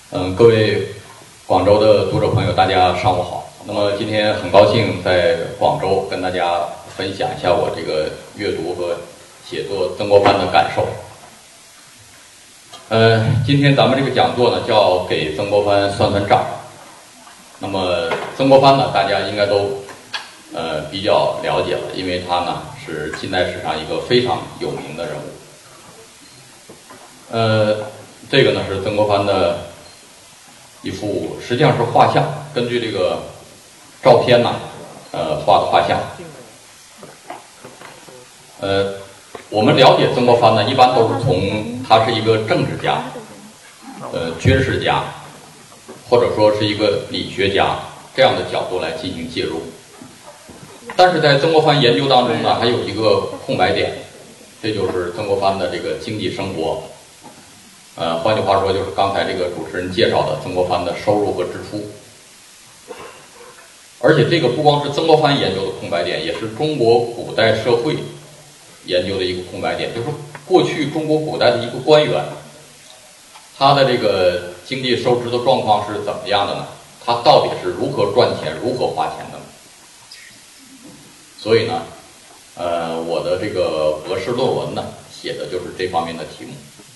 各位广州的读者朋友，大家上午好。那么今天很高兴在广州跟大家分享一下我这个阅读和写作曾国藩的感受。今天咱们这个讲座呢叫给曾国藩算算账。那么曾国藩呢，大家应该都比较了解了，因为他呢是近代史上一个非常有名的人物。这个呢是曾国藩的一幅实际上是画像，根据这个照片呢画的画像。我们了解曾国藩呢，一般都是从他是一个政治家、军事家，或者说是一个理学家这样的角度来进行介入。但是在曾国藩研究当中呢，还有一个空白点，这就是曾国藩的这个经济生活。换句话说，就是刚才这个主持人介绍的曾国藩的收入和支出。而且这个不光是曾国藩研究的空白点，也是中国古代社会研究的一个空白点，就是过去中国古代的一个官员，他的这个经济收支的状况是怎么样的呢？他到底是如何赚钱、如何花钱的呢？所以呢，我的这个博士论文呢，写的就是这方面的题目。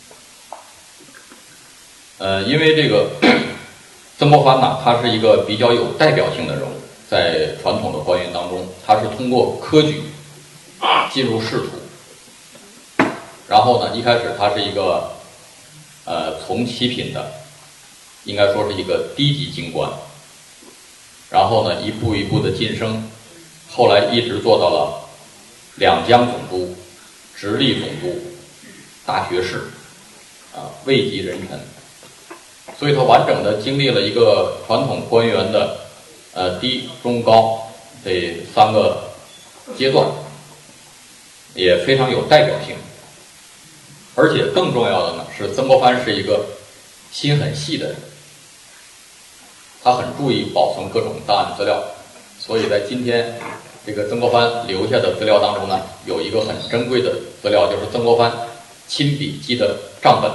因为这个曾国藩呢，他是一个比较有代表性的人物，在传统的官员当中，他是通过科举进入仕途，然后呢，一开始他是一个从七品的，应该说是一个低级京官，然后呢，一步一步的晋升，后来一直做到了两江总督、直隶总督、大学士，位极人臣。所以他完整的经历了一个传统官员的低、中、高这三个阶段，也非常有代表性。而且更重要的呢是，曾国藩是一个心很细的人，他很注意保存各种档案资料，所以在今天这个曾国藩留下的资料当中呢，有一个很珍贵的资料，就是曾国藩亲笔记的账本。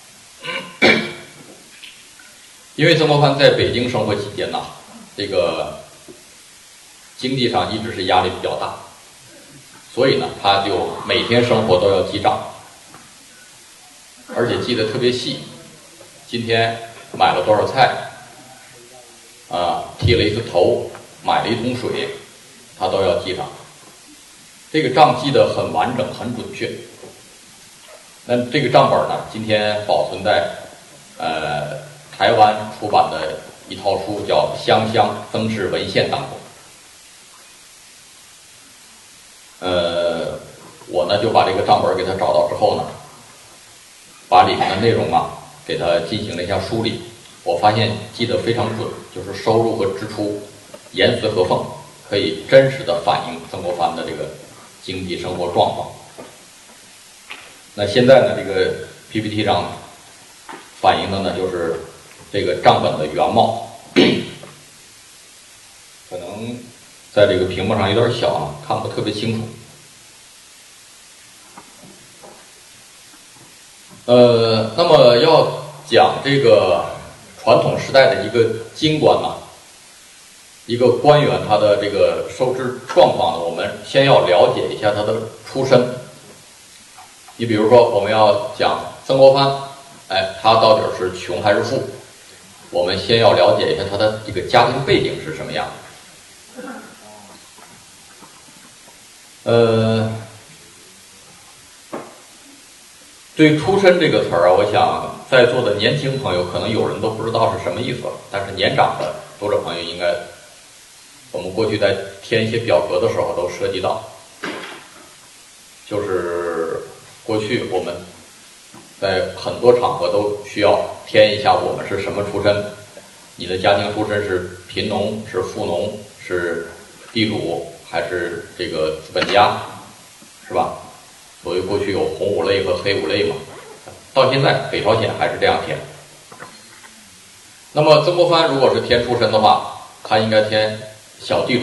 因为曾国藩在北京生活期间呢，这个经济上一直是压力比较大，所以呢，他就每天生活都要记账，而且记得特别细。今天买了多少菜，剃了一次头，买了一桶水，他都要记上。这个账记得很完整，很准确。那这个账本呢，今天保存在台湾出版的一套书叫《湘乡曾氏文献》当中。我呢就把这个账本给他找到之后呢，把里面的内容给他进行了一下梳理。我发现记得非常准，就是收入和支出严丝合缝，可以真实的反映曾国藩的这个经济生活状况。那现在呢，这个 PPT 上反映的呢就是这个账本的原貌，可能在这个屏幕上有点小看不特别清楚。那么要讲这个传统时代的一个京官一个官员他的这个收支状况呢，我们先要了解一下他的出身。你比如说，我们要讲曾国藩，他到底是穷还是富？我们先要了解一下他的这个家庭背景是什么样的。对出身这个词儿我想在座的年轻朋友可能有人都不知道是什么意思，但是年长的读者朋友应该，我们过去在填一些表格的时候都涉及到，就是过去我们在很多场合都需要填一下我们是什么出身，你的家庭出身是贫农、是富农、是地主还是这个资本家，是吧？所谓过去有红五类和黑五类嘛，到现在北朝鲜还是这样填。那么曾国藩如果是填出身的话，他应该填小地主，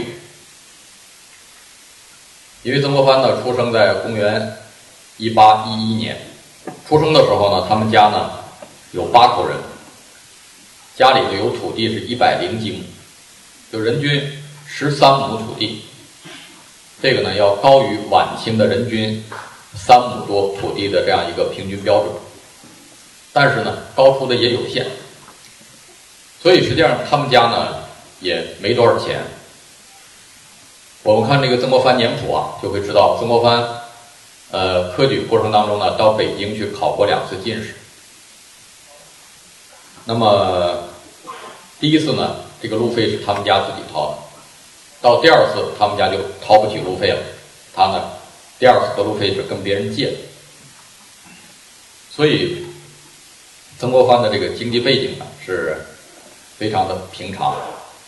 因为曾国藩呢出生在公元1811年，出生的时候呢，他们家呢有8口人， 家里头有土地是100几亩，就人均13亩土地，这个呢要高于晚清的人均3亩多土地的这样一个平均标准，但是呢高出的也有限，所以实际上他们家呢也没多少钱。我们看这个曾国藩年谱啊，就会知道曾国藩科举过程当中呢，到北京去考过2次进士。那么第一次呢，这个路费是他们家自己掏的，到第2次他们家就掏不起路费了，他呢第2次的路费是跟别人借的。所以曾国藩的这个经济背景呢是非常的平常。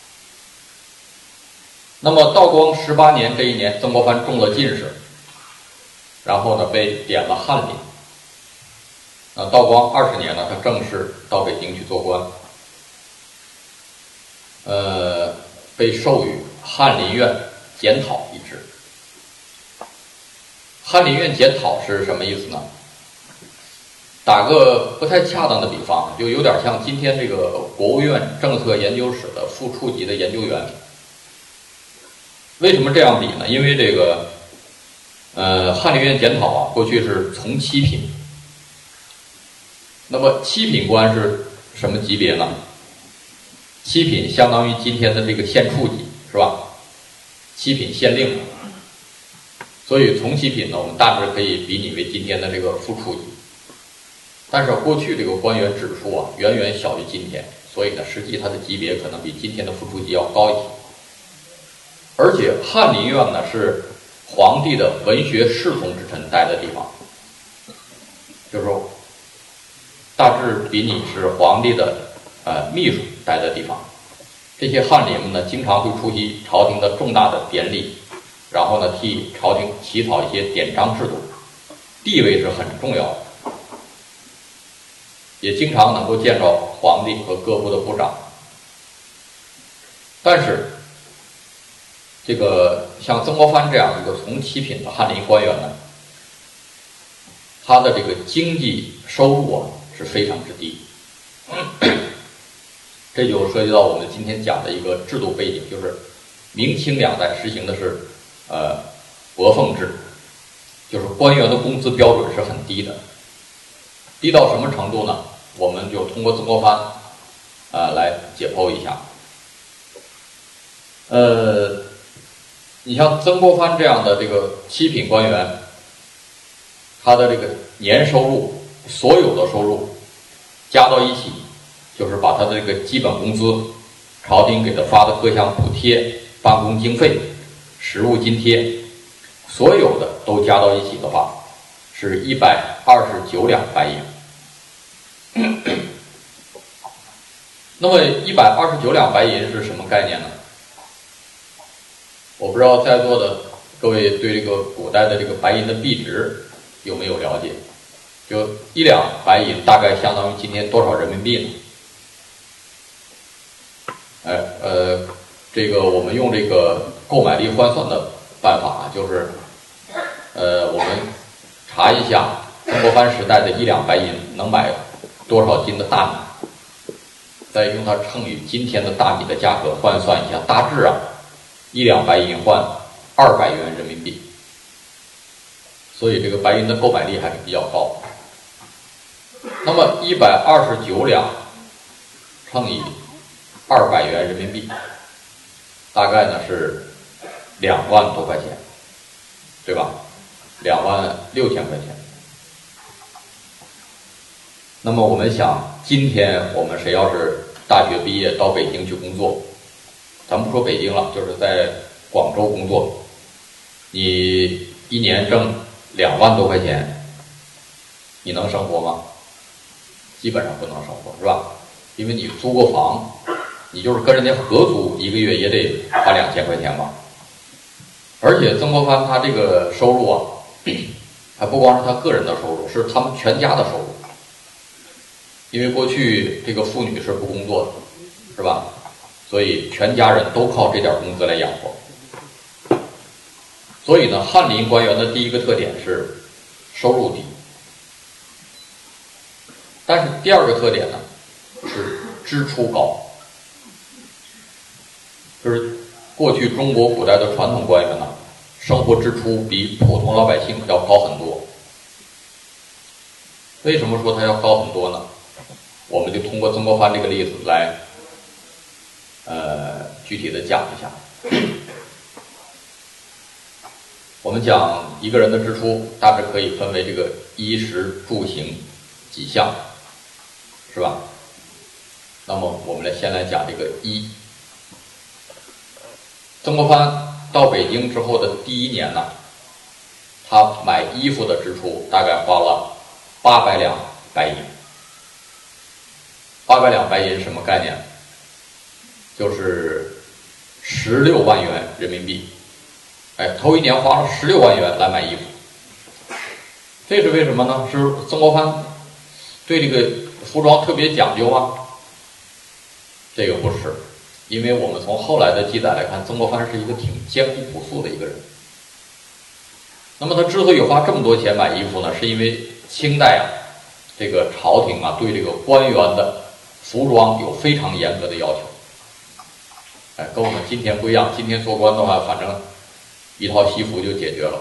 那么道光18年这一年，曾国藩中了进士，然后呢被点了翰林。道光20年呢，他正式到北京去做官，被授予翰林院检讨一职。翰林院检讨是什么意思呢？打个不太恰当的比方，就有点像今天这个国务院政策研究室的副处级的研究员。为什么这样比呢？因为这个翰林院检讨啊，过去是从7品。那么7品官是什么级别呢？7品相当于今天的这个县处级，是吧？7品县令。所以从7品呢，我们大致可以比拟为今天的这个副处级。但是过去这个官员指数啊，远远小于今天，所以呢，实际它的级别可能比今天的副处级要高一些。而且翰林院呢是皇帝的文学侍从之臣待的地方，就是说大致比拟是皇帝的秘书待的地方。这些翰林们呢，经常会出席朝廷的重大的典礼，然后呢替朝廷起草一些典章制度，地位是很重要的，也经常能够见着皇帝和各部的部长。但是这个像曾国藩这样一个从7品的翰林官员呢，他的这个经济收入啊是非常之低。这就涉及到我们今天讲的一个制度背景，就是明清2代实行的是薄俸制，就是官员的工资标准是很低的。低到什么程度呢？我们就通过曾国藩来解剖一下。你像曾国藩这样的这个7品官员，他的这个年收入，所有的收入加到一起，就是把他的这个基本工资、朝廷给他发的各项补贴、办公经费、食物津贴，所有的都加到一起的话，是129两白银。那么129两白银是什么概念呢？我不知道在座的各位对这个古代的这个白银的币值有没有了解？就1两白银大概相当于今天多少人民币呢？这个我们用这个购买力换算的办法，就是我们查一下曾国藩时代的1两白银能买多少斤的大米，再用它乘以今天的大米的价格换算一下，大致1两白银换200元人民币，所以这个白银的购买力还是比较高。那么129两乘以200元人民币，大概呢是2万多块钱，对吧？26000块钱。那么我们想，今天我们谁要是大学毕业到北京去工作，咱不说北京了，就是在广州工作，你1年挣2万多块钱，你能生活吗？基本上不能生活，是吧？因为你租过房，你就是跟人家合租，1个月也得花2000块钱吧。而且曾国藩他这个收入啊，还不光是他个人的收入，是他们全家的收入。因为过去这个妇女是不工作的，是吧？所以全家人都靠这点工资来养活。所以呢，翰林官员的第一个特点是收入低，但是第二个特点呢是支出高，就是过去中国古代的传统官员呢，生活支出比普通老百姓要高很多。为什么说它要高很多呢？我们就通过曾国藩这个例子来具体的讲一下。我们讲一个人的支出大致可以分为这个衣食住行几项，是吧？那么我们先来讲这个衣。曾国藩到北京之后的第一年呢，他买衣服的支出大概花了800两白银。800两白银什么概念？就是16万元人民币。头一年花了16万元来买衣服，这是为什么呢？是曾国藩对这个服装特别讲究吗？这个不是，因为我们从后来的记载来看，曾国藩是一个挺艰苦朴素的一个人。那么他之所以花这么多钱买衣服呢，是因为清代这个朝廷对这个官员的服装有非常严格的要求。跟我们今天不一样，今天做官的话，反正一套西服就解决了。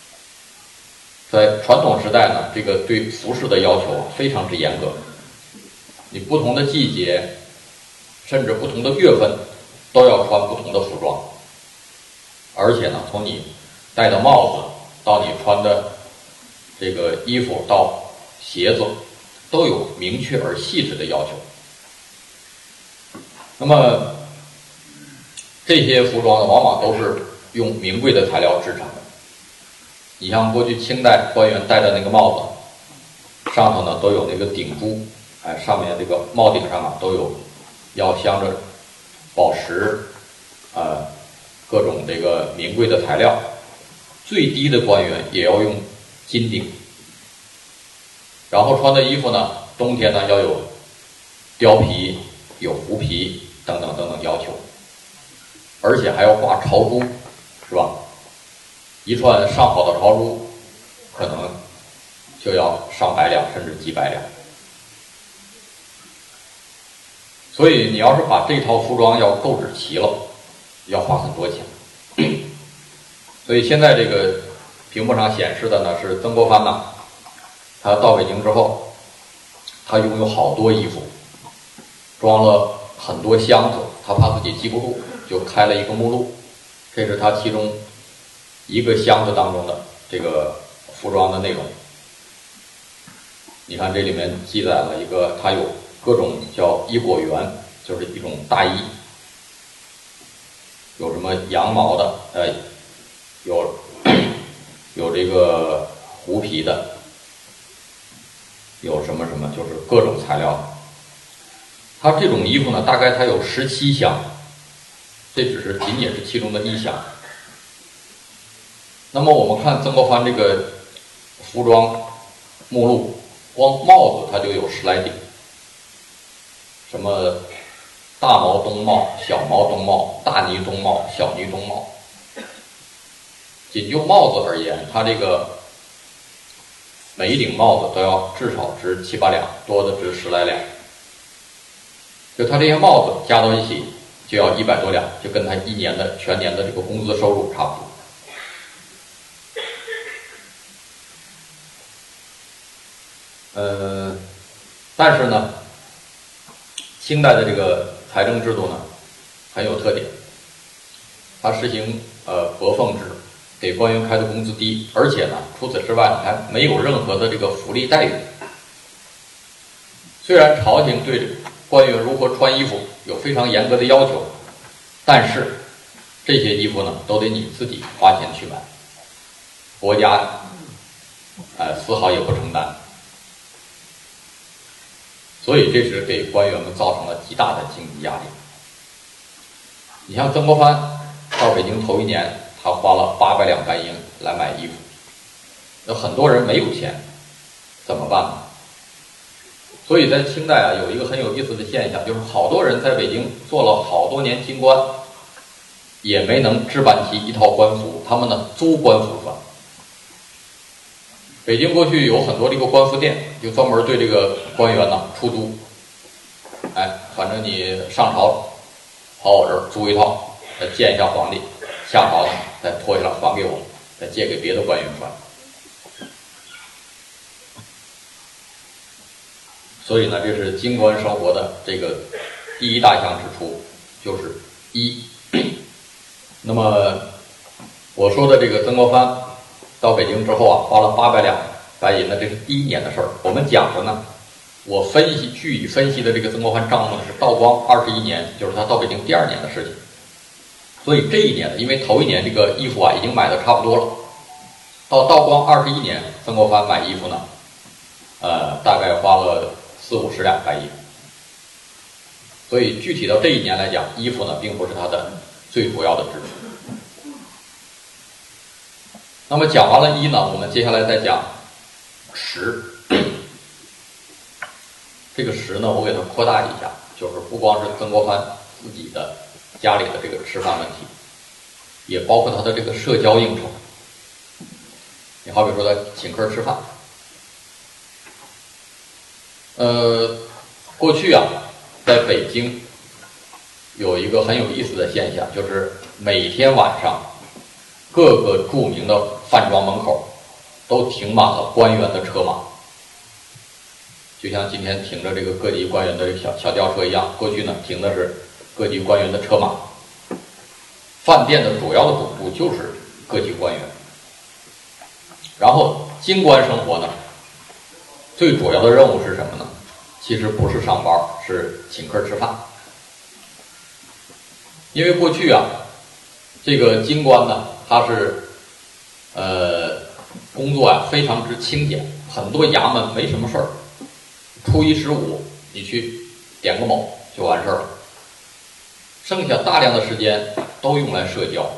在传统时代呢，这个对服饰的要求非常之严格，你不同的季节，甚至不同的月份，都要穿不同的服装。而且呢，从你戴的帽子到你穿的这个衣服到鞋子，都有明确而细致的要求。那么这些服装呢，往往都是用名贵的材料制成的。你像过去清代官员戴的那个帽子，上头呢都有那个顶珠，上面这个帽顶上都有要镶着宝石，各种这个名贵的材料。最低的官员也要用金顶。然后穿的衣服呢，冬天呢要有貂皮、有狐皮等等等等要求，而且还要挂朝珠，是吧？一串上好的朝珠，可能就要上百两，甚至几百两。所以你要是把这套服装要购置齐了，要花很多钱。所以现在这个屏幕上显示的呢是曾国藩呢，他到北京之后，他拥有好多衣服，装了很多箱子，他怕自己记不住，就开了一个目录，这是他其中一个箱子当中的这个服装的内容。你看这里面记载了一个，它有各种叫衣果园，就是一种大衣，有什么羊毛的，有这个狐皮的，有什么什么，就是各种材料。它这种衣服呢，大概它有17箱，这仅仅是其中的1箱。那么我们看曾国藩这个服装目录，光帽子它就有10来顶，什么大毛冬帽、小毛冬帽、大呢冬帽、小呢冬帽。仅就帽子而言，它这个每一顶帽子都要至少值7、8两，多的值10来两。就他这些帽子加到一起就要100多两，就跟他全年的这个工资收入差不多。但是呢，清代的这个财政制度呢很有特点，它实行薄俸制，给官员开的工资低，而且呢除此之外还没有任何的这个福利待遇。虽然朝廷对官员如何穿衣服有非常严格的要求，但是这些衣服呢都得你自己花钱去买，国家丝毫也不承担。所以这是给官员们造成了极大的经济压力。你像曾国藩到北京头一年，他花了800两白银来买衣服，那很多人没有钱，怎么办呢？所以在清代有一个很有意思的现象，就是好多人在北京做了好多年京官，也没能置办起一套官服，他们呢租官服穿。北京过去有很多这个官服店，就专门对这个官员呢出租， 反正你上朝跑我这儿租一套，再见一下皇帝，下朝呢再脱下来还给我，再借给别的官员穿。所以呢，这是京官生活的这个第一大项指出，就是衣。那么我说的这个曾国藩到北京之后啊，花了800两白银呢，这是第一年的事儿。我们讲的呢，我据以分析的这个曾国藩账目呢，是道光21年，就是他到北京第2年的事情。所以这一年呢，因为头一年这个衣服啊已经买的差不多了，到道光21年，曾国藩买衣服呢，大概花了40-50两白银。所以具体到这一年来讲，衣服呢并不是他的最主要的支出。那么讲完了衣呢，我们接下来再讲食。这个食呢，我给它扩大一下，就是不光是曾国藩自己的家里的这个吃饭问题，也包括他的这个社交应酬。你好比说他请客吃饭，过去啊，在北京有一个很有意思的现象，就是每天晚上各个著名的饭庄门口都停满了官员的车马，就像今天停着这个各级官员的小轿车一样。过去呢，停的是各级官员的车马。饭店的主要的主顾就是各级官员。然后京官生活呢，最主要的任务是什么呢？其实不是上班，是请客吃饭。因为过去啊，这个京官呢，他是工作啊非常之清简，很多衙门没什么事儿，初一十五你去点个卯就完事儿了，剩下大量的时间都用来社交。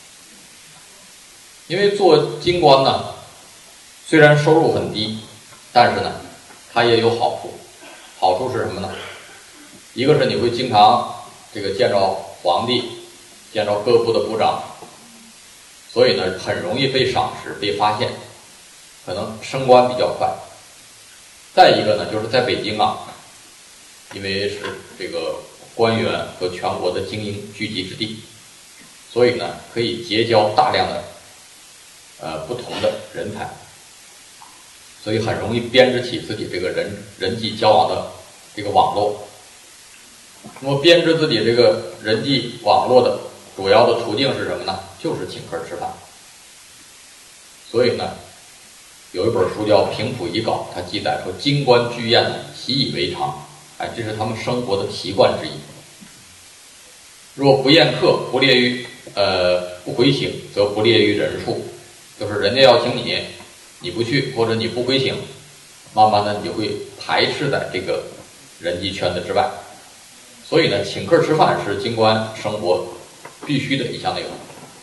因为做京官呢，虽然收入很低，但是呢，它也有好处。好处是什么呢？一个是你会经常这个见着皇帝，见着各部的部长，所以呢很容易被赏识、被发现，可能升官比较快。再一个呢，就是在北京啊，因为是这个官员和全国的精英聚集之地，所以呢可以结交大量的不同的人才，所以很容易编织起自己这个人际交往的这个网络。那么编织自己这个人际网络的主要的途径是什么呢？就是请客吃饭。所以呢，有一本书叫《平谱遗稿》，它记载说京官聚宴习以为常，这是他们生活的习惯之一。若不宴客，不列于不回请，则不列于人数。就是人家要请你，你不去或者你不回请，慢慢的你就会排斥在这个人际圈子之外。所以呢，请客吃饭是京官生活必须的一项内容。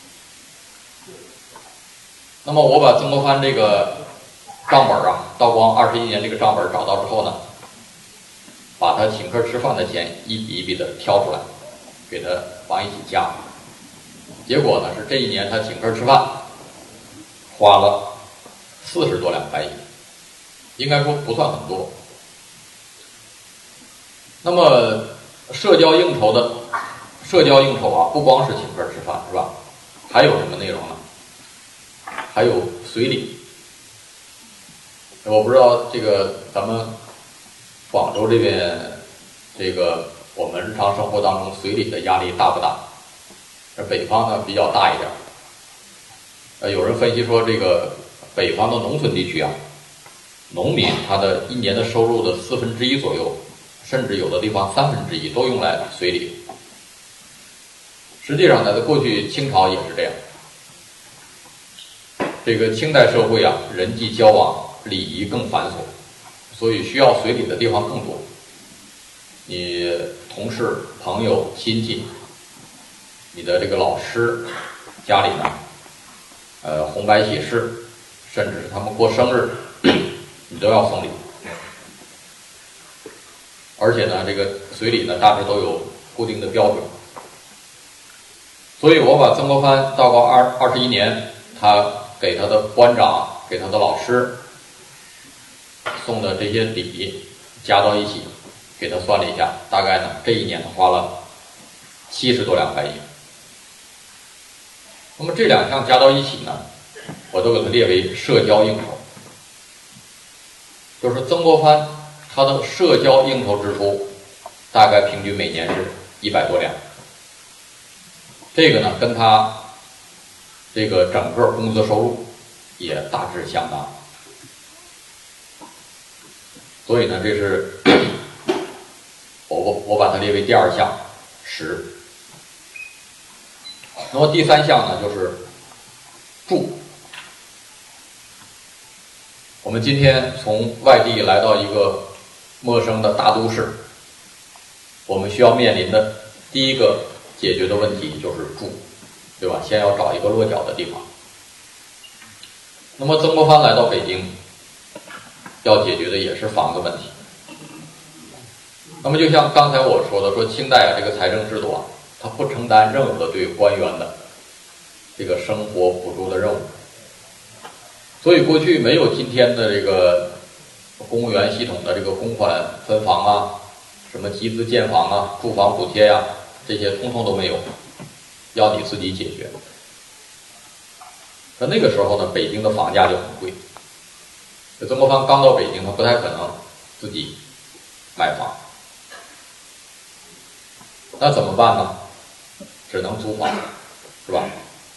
那么我把曾国藩这个账本啊，道光21年这个账本找到之后呢，把他请客吃饭的钱一笔一笔的挑出来，给他往一起加。结果呢是这一年他请客吃饭花了40多两白银，应该说不算很多。那么社交应酬啊，不光是请客吃饭，是吧？还有什么内容呢？还有随礼。我不知道这个咱们广州这边，这个我们日常生活当中随礼的压力大不大？而北方呢比较大一点。有人分析说，这个北方的农村地区啊，农民他的一年的收入的1/4左右，甚至有的地方1/3都用来随礼。实际上呢，在过去清朝也是这样。这个清代社会啊，人际交往礼仪更繁琐，所以需要随礼的地方更多。你同事、朋友、亲戚，你的这个老师家里呢，红白喜事，甚至是他们过生日，你都要送礼。而且呢，这个随礼呢，大致都有固定的标准。所以我把曾国藩道光21年，他给他的官长、给他的老师送的这些礼加到一起， 给他算了一下，大概呢这一年他花了70多两白银。那么这两项加到一起呢，我都给它列为社交应酬，就是曾国藩他的社交应酬支出大概平均每年是100多两，这个呢跟他这个整个工资收入也大致相当，所以呢这是我把它列为第二项10。那么第三项呢就是住。我们今天从外地来到一个陌生的大都市，我们需要面临的第一个解决的问题就是住，对吧？先要找一个落脚的地方。那么曾国藩来到北京，要解决的也是房子问题。那么就像刚才我说的，说清代这个财政制度啊，它不承担任何对官员的这个生活补助的任务，所以过去没有今天的这个公务员系统的这个公款分房啊，什么集资建房啊，住房补贴呀，这些通通都没有，要你自己解决。那个时候呢，北京的房价就很贵。曾国藩刚到北京，他不太可能自己买房，那怎么办呢？只能租房，是吧？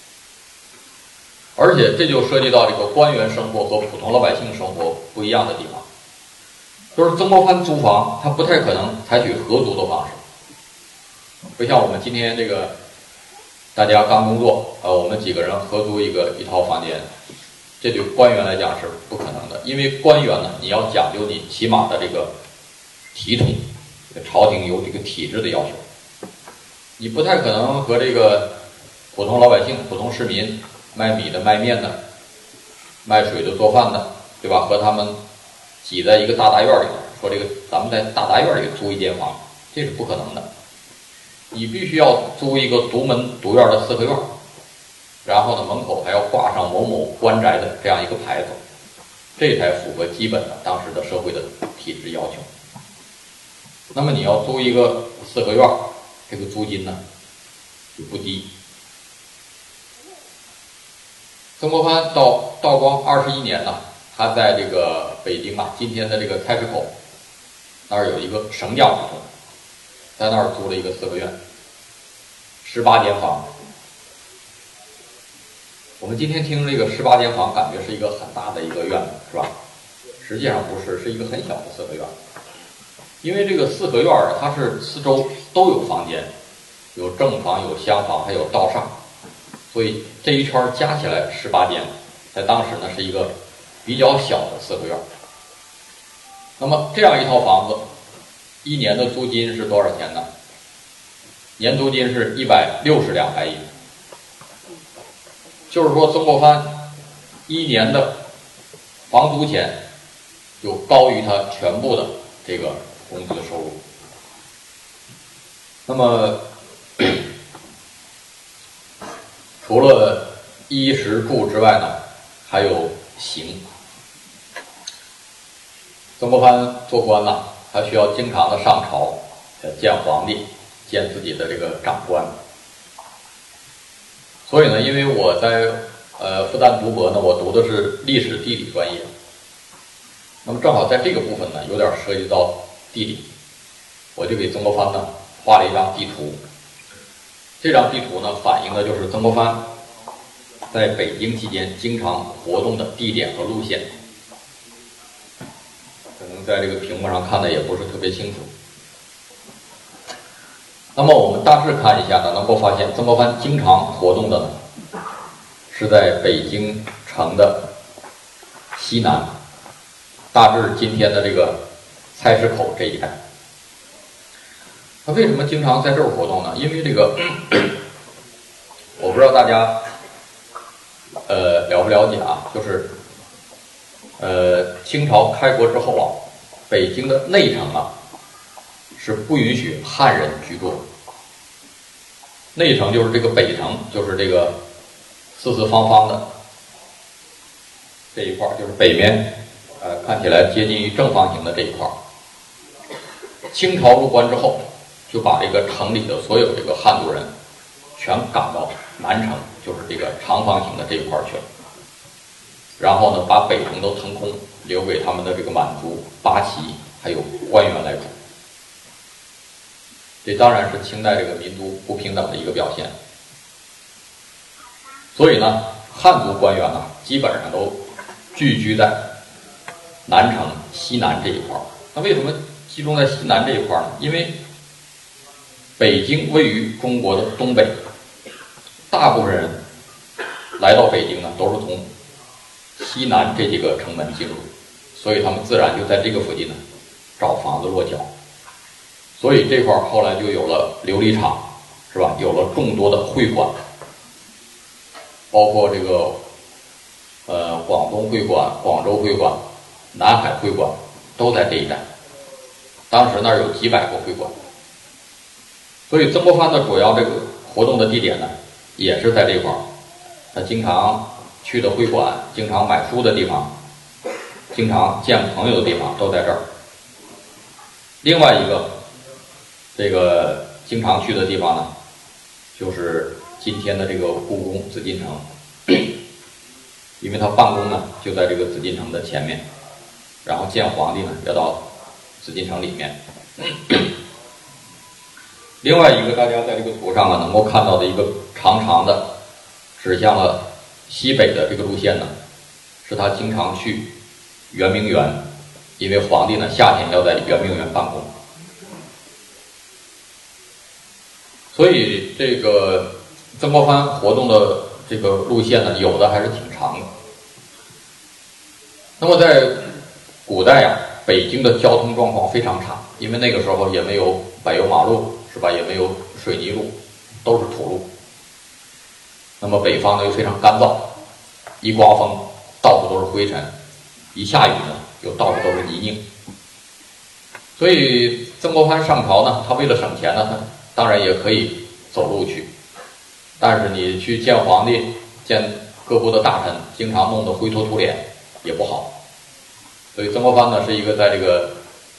而且这就涉及到这个官员生活和普通老百姓生活不一样的地方，就是曾国藩租房，他不太可能采取合租的方式，不像我们今天这个大家刚工作，我们几个人合租一套房间，这对官员来讲是不可能的，因为官员呢，你要讲究你起码的这个体统，这个朝廷有这个体制的要求，你不太可能和这个普通老百姓、普通市民卖米的、卖面的、卖水的、做饭的，对吧？和他们挤在一个大院里，说这个咱们在大院里租一间房，这是不可能的。你必须要租一个独门独院的4合院，然后呢门口还要挂上某某官宅的这样一个牌子，这才符合基本的当时的社会的体制要求。那么你要租一个4合院，这个租金呢就不低。曾国藩到道光21年呢，他在这个北京啊，今天的这个菜市口那儿有一个绳匠胡同，在那儿租了一个4合院，18间房。我们今天听这个18间房，感觉是一个很大的一个院子，是吧？实际上不是，是一个很小的4合院。因为这个4合院它是四周都有房间，有正房、有厢房，还有道上，所以这一圈加起来18间，在当时呢是一个比较小的4合院。那么这样一套房子，一年的租金是多少钱呢？年租金是160两白银，就是说曾国藩一年的房租钱就高于他全部的这个工资收入。那么除了衣食住之外呢，还有刑。曾国藩做官呢，他需要经常的上朝，见皇帝，见自己的这个长官。所以呢，因为我在复旦读博呢，我读的是历史地理专业，那么正好在这个部分呢，有点涉及到地理，我就给曾国藩呢画了一张地图。这张地图呢，反映的就是曾国藩在北京期间经常活动的地点和路线。可能在这个屏幕上看的也不是特别清楚。那么我们大致看一下呢，能够发现曾国藩经常活动的呢，是在北京城的西南，大致今天的这个菜市口这一带。他为什么经常在这儿活动呢？因为这个我不知道大家了不了解啊，就是清朝开国之后啊，北京的内城啊是不允许汉人居住的。内城就是这个北城，就是这个四四方方的这一块，就是北面看起来接近于正方形的这一块。 清朝入关之后，就把这个城里的所有这个汉族人全赶到南城，就是这个长方形的这一块去了。然后呢，把北城都腾空，留给他们的这个满族、八旗还有官员来住。这当然是清代这个民族不平等的一个表现。所以呢，汉族官员呢，基本上都聚居在南城西南这一块。那为什么集中在西南这一块呢？因为北京位于中国的东北，大部分人来到北京呢，都是从西南这几个城门进入，所以他们自然就在这个附近呢找房子落脚。所以这块后来就有了琉璃厂，是吧？有了众多的会馆，包括这个广东会馆、广州会馆、南海会馆都在这一带。当时那儿有几百个会馆，所以曾国藩的主要这个活动的地点呢，也是在这块儿。他经常去的会馆、经常买书的地方、经常见朋友的地方都在这儿。另外一个这个经常去的地方呢，就是今天的这个故宫紫禁城，因为他办公呢就在这个紫禁城的前面，然后见皇帝呢要到紫禁城里面。另外一个大家在这个图上能够看到的一个长长的指向了西北的这个路线呢，是他经常去圆明园，因为皇帝呢夏天要在圆明园办公。所以这个曾国藩活动的这个路线呢，有的还是挺长的。那么在古代呀，北京的交通状况非常差，因为那个时候也没有柏油马路，是吧？也没有水泥路，都是土路。那么北方呢又非常干燥，一刮风到处都是灰尘，一下雨呢又到处都是泥泞。所以曾国藩上朝呢，他为了省钱呢，他当然也可以走路去，但是你去见皇帝、见各国的大臣，经常弄得灰头土脸，也不好。所以曾国藩呢是一个在这个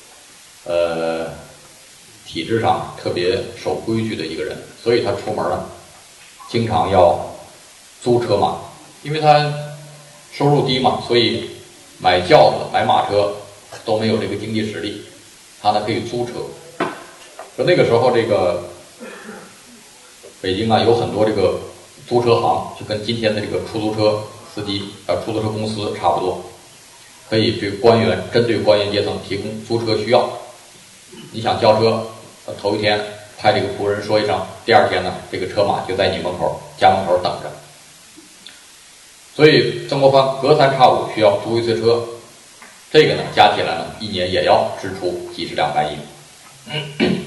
体制上特别守规矩的一个人，所以他出门呢经常要租车马，因为他收入低嘛，所以买轿子、买马车都没有这个经济实力，他呢可以租车。说那个时候这个北京啊有很多这个租车行，就跟今天的这个出租车司机出租车公司差不多，可以对官员针对官员阶层提供租车需要。你想叫车，头一天派这个仆人说一声，第二天呢这个车马就在你家门口等着。所以曾国藩隔三差五需要租一次车，这个呢加起来呢一年也要支出几十两白银。